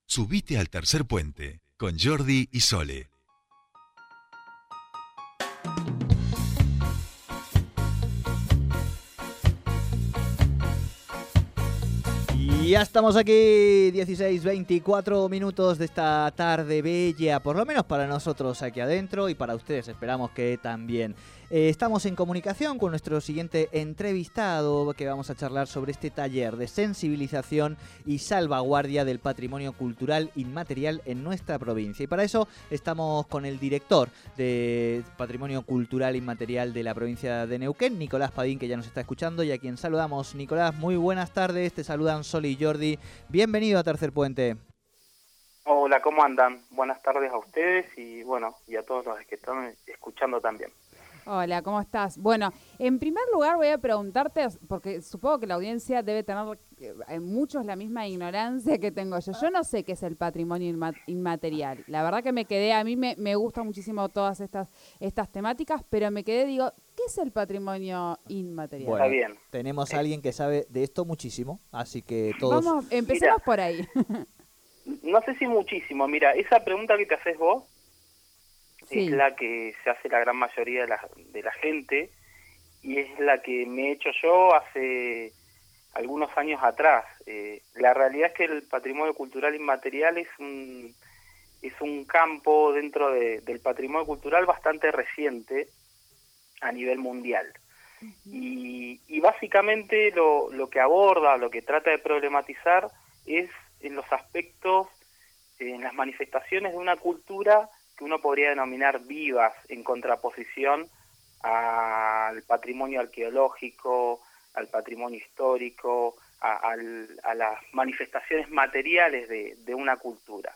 Subite al tercer puente con Jordi y Sole. Y ya estamos aquí, 16:24 minutos de esta tarde bella, por lo menos para nosotros aquí adentro y para ustedes esperamos que también. Estamos en comunicación con nuestro siguiente entrevistado, que vamos a charlar sobre este taller de sensibilización y salvaguardia del patrimonio cultural inmaterial en nuestra provincia. Y para eso estamos con el director de Patrimonio Cultural Inmaterial de la provincia de Neuquén, Nicolás Padín, que ya nos está escuchando y a quien saludamos. Nicolás, muy buenas tardes, te saludan Sol y Jordi. Bienvenido a Tercer Puente. Hola, ¿cómo andan? Buenas tardes a ustedes y y a todos los que están escuchando también. Hola, ¿cómo estás? Bueno, en primer lugar voy a preguntarte, porque supongo que la audiencia debe tener muchos la misma ignorancia que tengo yo. Yo no sé qué es el patrimonio inmaterial. La verdad que a mí me gustan muchísimo todas estas temáticas, pero me quedé, digo, ¿qué es el patrimonio inmaterial? Bueno, está bien. Tenemos a alguien que sabe de esto muchísimo, así que todos... Empecemos por ahí. No sé si muchísimo. Mira, esa pregunta que te haces vos Sí. es la que se hace la gran mayoría de la gente y es la que me he hecho yo hace algunos años atrás. La realidad es que el patrimonio cultural inmaterial es un campo dentro del patrimonio cultural bastante reciente a nivel mundial. Y básicamente lo que aborda, lo que trata de problematizar es en los aspectos, en las manifestaciones de una cultura que uno podría denominar vivas, en contraposición al patrimonio arqueológico, al patrimonio histórico, a las manifestaciones materiales de una cultura.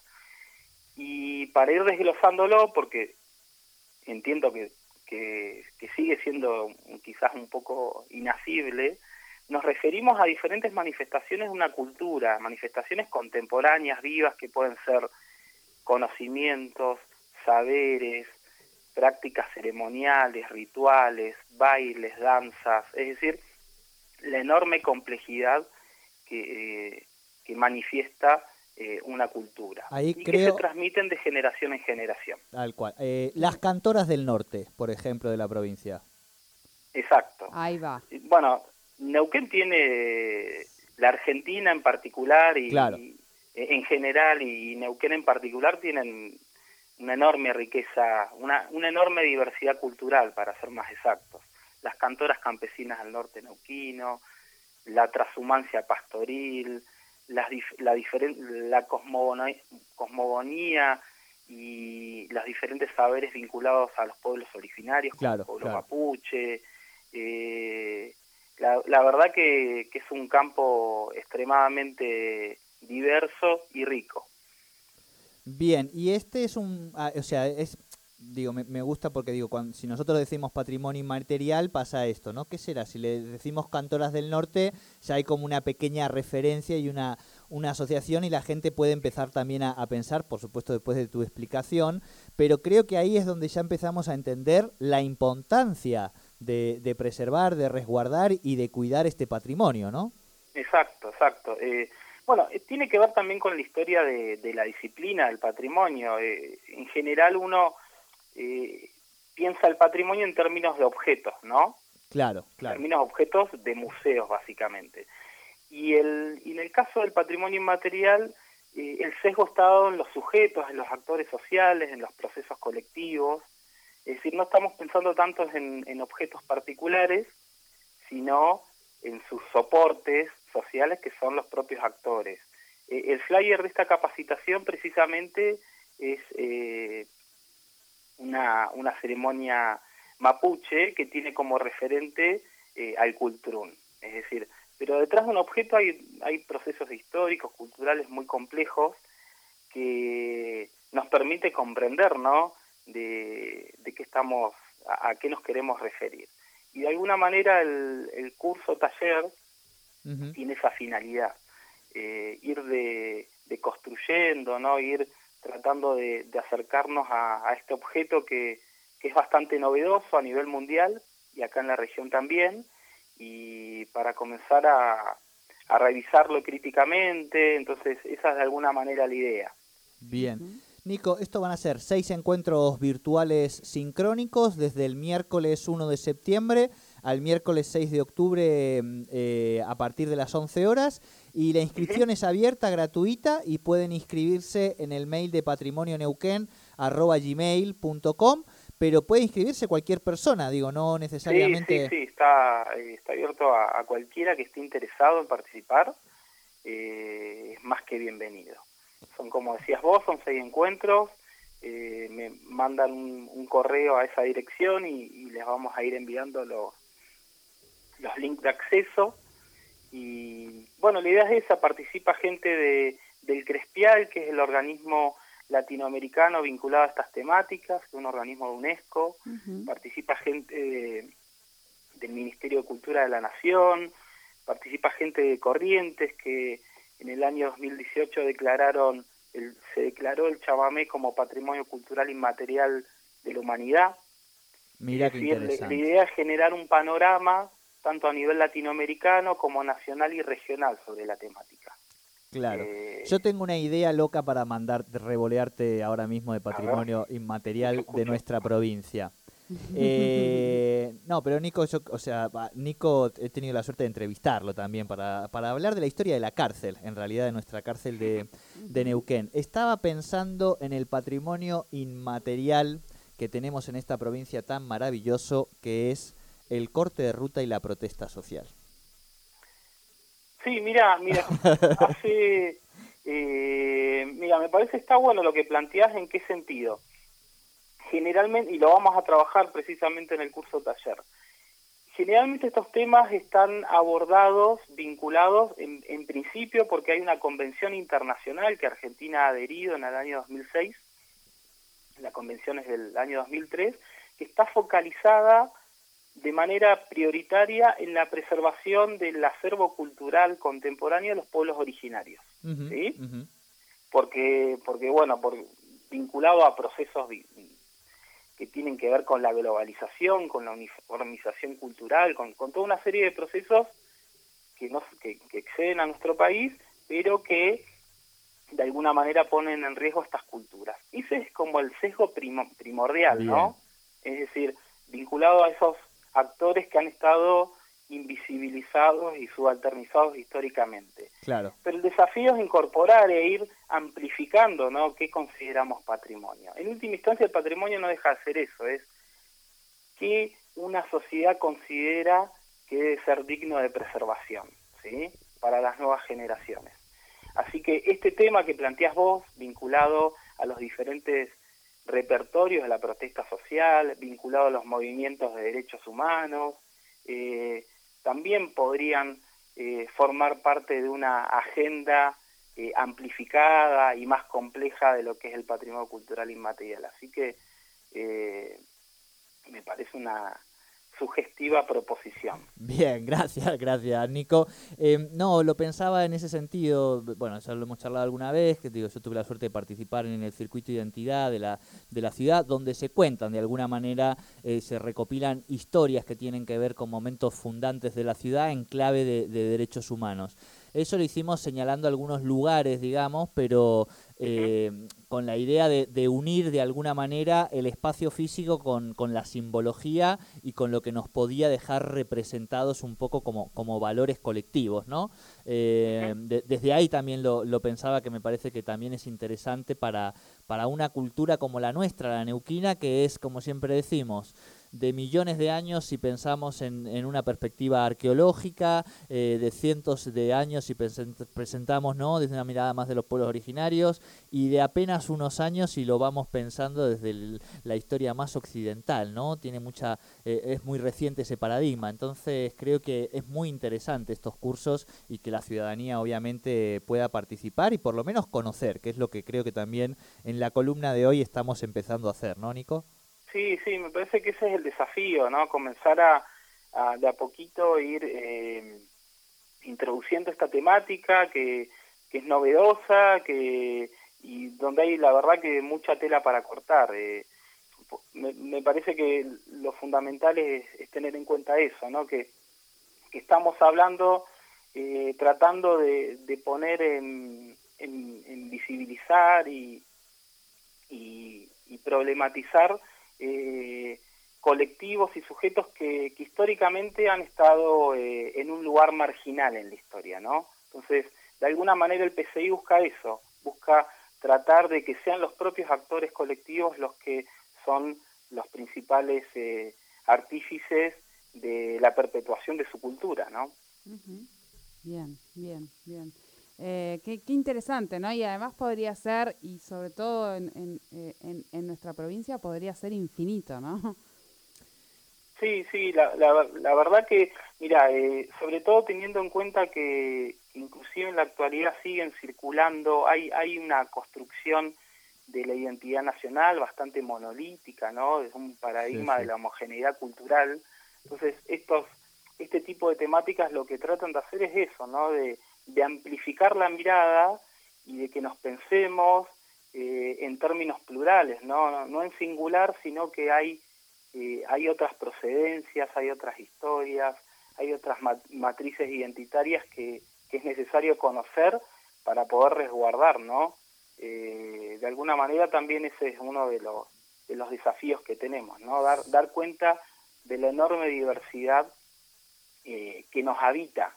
Y para ir desglosándolo, porque entiendo que sigue siendo quizás un poco inasible, nos referimos a diferentes manifestaciones de una cultura, manifestaciones contemporáneas, vivas, que pueden ser conocimientos, saberes, prácticas ceremoniales, rituales, bailes, danzas, es decir, la enorme complejidad que manifiesta una cultura que se transmiten de generación en generación. Tal cual. Las cantoras del norte, por ejemplo, de la provincia. Exacto. Ahí va. Bueno, Neuquén tiene, la Argentina en particular y Claro. En general y Neuquén en particular tienen una enorme riqueza, una enorme diversidad cultural, para ser más exactos. Las cantoras campesinas del norte neuquino, la trashumancia pastoril, la cosmogonía y los diferentes saberes vinculados a los pueblos originarios, como el pueblo mapuche. La verdad que es un campo extremadamente diverso y rico. Bien, y este es me gusta porque si nosotros decimos patrimonio inmaterial pasa esto, ¿no? ¿Qué será? Si le decimos cantoras del norte, ya hay como una pequeña referencia y una asociación y la gente puede empezar también a pensar, por supuesto después de tu explicación, pero creo que ahí es donde ya empezamos a entender la importancia de preservar, de resguardar y de cuidar este patrimonio, ¿no? Exacto. Tiene que ver también con la historia de la disciplina del patrimonio. En general uno piensa el patrimonio en términos de objetos, ¿no? Claro. En términos de objetos de museos, básicamente. Y en el caso del patrimonio inmaterial, el sesgo está dado en los sujetos, en los actores sociales, en los procesos colectivos. Es decir, no estamos pensando tanto en objetos particulares, sino en sus soportes sociales, que son los propios actores. El flyer de esta capacitación precisamente es una ceremonia mapuche que tiene como referente al cultrún. Es decir, pero detrás de un objeto hay procesos históricos, culturales muy complejos que nos permite comprender, ¿no?, de qué estamos, a qué nos queremos referir. Y de alguna manera el curso taller tiene esa finalidad, ir de construyendo, ¿no?, ir tratando de acercarnos a este objeto que es bastante novedoso a nivel mundial y acá en la región también, y para comenzar a a revisarlo críticamente, entonces esa es de alguna manera la idea. Bien. Nico, esto van a ser 6 encuentros virtuales sincrónicos desde el miércoles 1 de septiembre al miércoles 6 de octubre a partir de las 11 horas, y la inscripción es abierta, gratuita, y pueden inscribirse en el mail de patrimonioneuquen@gmail.com, pero puede inscribirse cualquier persona, digo, no necesariamente... Sí, está abierto a cualquiera que esté interesado en participar, es más que bienvenido. Son, como decías vos, son 6 encuentros, me mandan un correo a esa dirección y les vamos a ir enviando los links de acceso. Y bueno, la idea es esa, participa gente del CRESPIAL, que es el organismo latinoamericano vinculado a estas temáticas, que es un organismo de UNESCO, participa gente del Ministerio de Cultura de la Nación, participa gente de Corrientes, que en el año 2018 se declaró el chamamé como Patrimonio Cultural Inmaterial de la Humanidad. Mira es qué decir, interesante. la idea es generar un panorama tanto a nivel latinoamericano como nacional y regional sobre la temática. Claro. Yo tengo una idea loca para revolearte ahora mismo de patrimonio inmaterial de nuestra provincia. No, pero Nico, Nico, he tenido la suerte de entrevistarlo también para hablar de la historia de la cárcel, en realidad de nuestra cárcel de Neuquén. Estaba pensando en el patrimonio inmaterial que tenemos en esta provincia tan maravilloso, que es el corte de ruta y la protesta social. Sí, mira, mira, me parece está bueno lo que planteás. ¿En qué sentido? Generalmente, y lo vamos a trabajar precisamente en el curso taller, generalmente estos temas están abordados, vinculados en principio porque hay una convención internacional que Argentina ha adherido en el año 2006, la convención es del año 2003, que está focalizada de manera prioritaria en la preservación del acervo cultural contemporáneo de los pueblos originarios, ¿sí? Porque bueno, vinculado a procesos que tienen que ver con la globalización, con la uniformización cultural, con toda una serie de procesos que exceden a nuestro país, pero que de alguna manera ponen en riesgo estas culturas. Ese es como el sesgo primordial, ¿no? Es decir, vinculado a esos actores que han estado invisibilizados y subalternizados históricamente. Claro. Pero el desafío es incorporar e ir amplificando, ¿no?, qué consideramos patrimonio. En última instancia, el patrimonio no deja de ser eso, es que una sociedad considera que debe ser digno de preservación, ¿sí?, para las nuevas generaciones. Así que este tema que planteás vos, vinculado a los diferentes repertorios de la protesta social, vinculado a los movimientos de derechos humanos, también podrían formar parte de una agenda amplificada y más compleja de lo que es el patrimonio cultural inmaterial. Así que me parece una sugestiva proposición. Bien, gracias Nico. No, lo pensaba en ese sentido, bueno, ya lo hemos charlado alguna vez, que digo, yo tuve la suerte de participar en el circuito de identidad de la ciudad, donde se cuentan de alguna manera, se recopilan historias que tienen que ver con momentos fundantes de la ciudad en clave de derechos humanos. Eso lo hicimos señalando algunos lugares, digamos, pero con la idea de unir de alguna manera el espacio físico con la simbología y con lo que nos podía dejar representados un poco como valores colectivos, ¿no? Desde ahí también lo pensaba, que me parece que también es interesante para una cultura como la nuestra, la neuquina, que es, como siempre decimos, de millones de años si pensamos en una perspectiva arqueológica, de cientos de años si presentamos, ¿no?, desde una mirada más de los pueblos originarios, y de apenas unos años si lo vamos pensando desde la historia más occidental, ¿no? Tiene es muy reciente ese paradigma. Entonces creo que es muy interesante estos cursos y que la ciudadanía obviamente pueda participar y por lo menos conocer, que es lo que creo que también en la columna de hoy estamos empezando a hacer, ¿no, Nico? Sí, me parece que ese es el desafío, ¿no? Comenzar a de a poquito ir introduciendo esta temática que es novedosa, y donde hay, la verdad, que mucha tela para cortar. Me parece que lo fundamental es tener en cuenta eso, ¿no? Que estamos hablando tratando de poner en visibilizar y problematizar colectivos y sujetos que históricamente han estado en un lugar marginal en la historia, ¿no? Entonces, de alguna manera el PCI busca eso, busca tratar de que sean los propios actores colectivos los que son los principales artífices de la perpetuación de su cultura, ¿no? Uh-huh. Bien. Qué interesante, ¿no? Y además podría ser, y sobre todo en nuestra provincia, podría ser infinito, ¿no? Sí, la verdad que, mira, sobre todo teniendo en cuenta que inclusive en la actualidad siguen circulando, hay una construcción de la identidad nacional bastante monolítica, ¿no? Es un paradigma de la homogeneidad cultural. Entonces, este tipo de temáticas lo que tratan de hacer es eso, ¿no? De amplificar la mirada y de que nos pensemos en términos plurales, no en singular, sino que hay otras procedencias, hay otras historias, hay otras matrices identitarias que es necesario conocer para poder resguardar, ¿no? De alguna manera también ese es uno de los desafíos que tenemos, ¿no? Dar cuenta de la enorme diversidad que nos habita.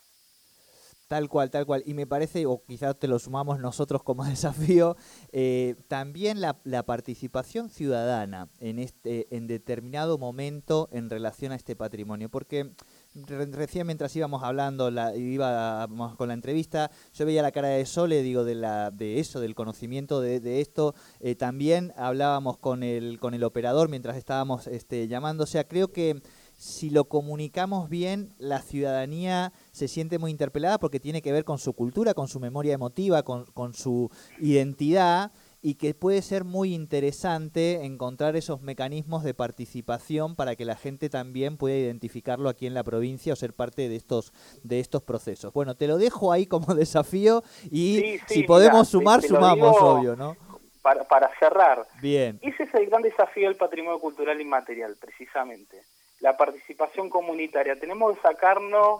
Tal cual. Y me parece, o quizás te lo sumamos nosotros como desafío, también la participación ciudadana en determinado momento en relación a este patrimonio. Porque recién mientras íbamos hablando, íbamos con la entrevista, yo veía la cara de Sole, digo, de eso, del conocimiento de esto. También hablábamos con el operador mientras estábamos llamando. O sea, creo que si lo comunicamos bien, la ciudadanía se siente muy interpelada porque tiene que ver con su cultura, con su memoria emotiva, con su identidad, y que puede ser muy interesante encontrar esos mecanismos de participación para que la gente también pueda identificarlo aquí en la provincia o ser parte de estos procesos. Bueno, te lo dejo ahí como desafío y si podemos sumar, sumamos, obvio, ¿no? Para cerrar, bien. Ese es el gran desafío del patrimonio cultural inmaterial, precisamente. La participación comunitaria. Tenemos que sacarnos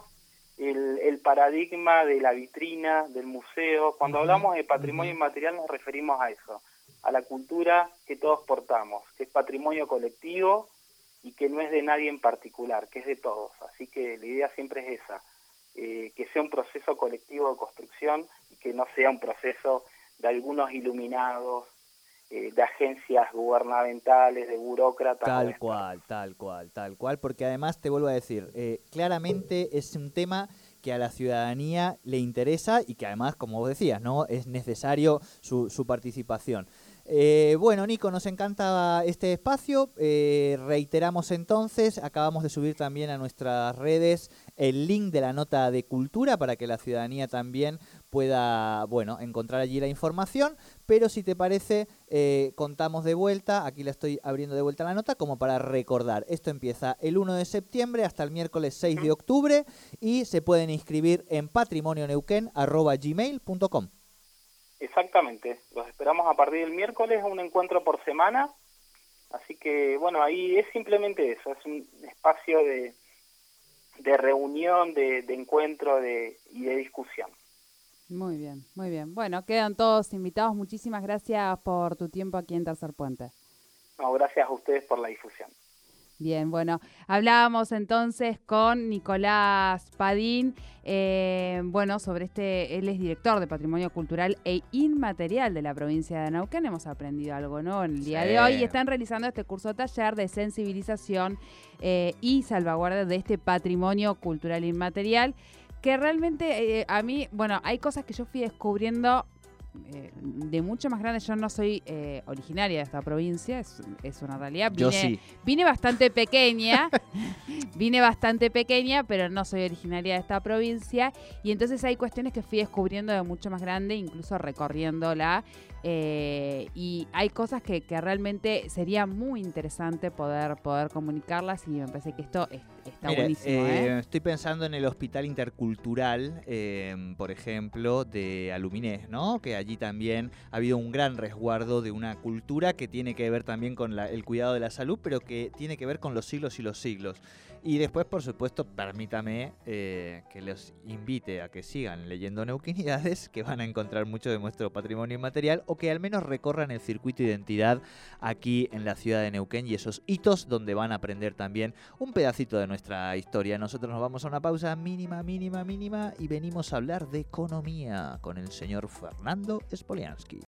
el paradigma de la vitrina, del museo. Cuando hablamos de patrimonio inmaterial nos referimos a eso, a la cultura que todos portamos, que es patrimonio colectivo y que no es de nadie en particular, que es de todos. Así que la idea siempre es esa, que sea un proceso colectivo de construcción y que no sea un proceso de algunos iluminados, de agencias gubernamentales, de burócratas. Tal cual, porque además te vuelvo a decir, claramente es un tema que a la ciudadanía le interesa y que además, como vos decías, ¿no? Es necesario su participación. Bueno, Nico, nos encanta este espacio. Reiteramos entonces, acabamos de subir también a nuestras redes el link de la nota de cultura para que la ciudadanía también pueda, encontrar allí la información. Pero si te parece, contamos de vuelta, aquí la estoy abriendo de vuelta la nota, como para recordar. Esto empieza el 1 de septiembre hasta el miércoles 6 de octubre y se pueden inscribir en patrimonioneuquen@gmail.com. Exactamente, los esperamos a partir del miércoles, un encuentro por semana, así que ahí es simplemente eso, es un espacio de reunión, de encuentro y de discusión. Muy bien. Bueno, quedan todos invitados, muchísimas gracias por tu tiempo aquí en Tercer Puente. No, gracias a ustedes por la difusión. Bien, hablábamos entonces con Nicolás Padín, sobre él es director de Patrimonio Cultural e Inmaterial de la provincia de Neuquén. Hemos aprendido algo nuevo en el día de hoy y están realizando este curso taller de sensibilización y salvaguarda de este patrimonio cultural inmaterial, que realmente a mí, hay cosas que yo fui descubriendo de mucho más grande. Yo no soy originaria de esta provincia, es una realidad. Yo sí. Vine bastante pequeña, pero no soy originaria de esta provincia. Y entonces hay cuestiones que fui descubriendo de mucho más grande, incluso recorriéndola. Y hay cosas que realmente sería muy interesante poder comunicarlas, y me parece que esto está Está Mire, buenísimo, estoy pensando en el Hospital Intercultural, por ejemplo, de Aluminés, ¿no? Que allí también ha habido un gran resguardo de una cultura que tiene que ver también con el cuidado de la salud, pero que tiene que ver con los siglos y los siglos. Y después, por supuesto, permítame que los invite a que sigan leyendo Neuquinidades, que van a encontrar mucho de nuestro patrimonio inmaterial, o que al menos recorran el circuito de identidad aquí en la ciudad de Neuquén y esos hitos donde van a aprender también un pedacito de nuestra historia. Nosotros nos vamos a una pausa mínima y venimos a hablar de economía con el señor Fernando Spoliansky.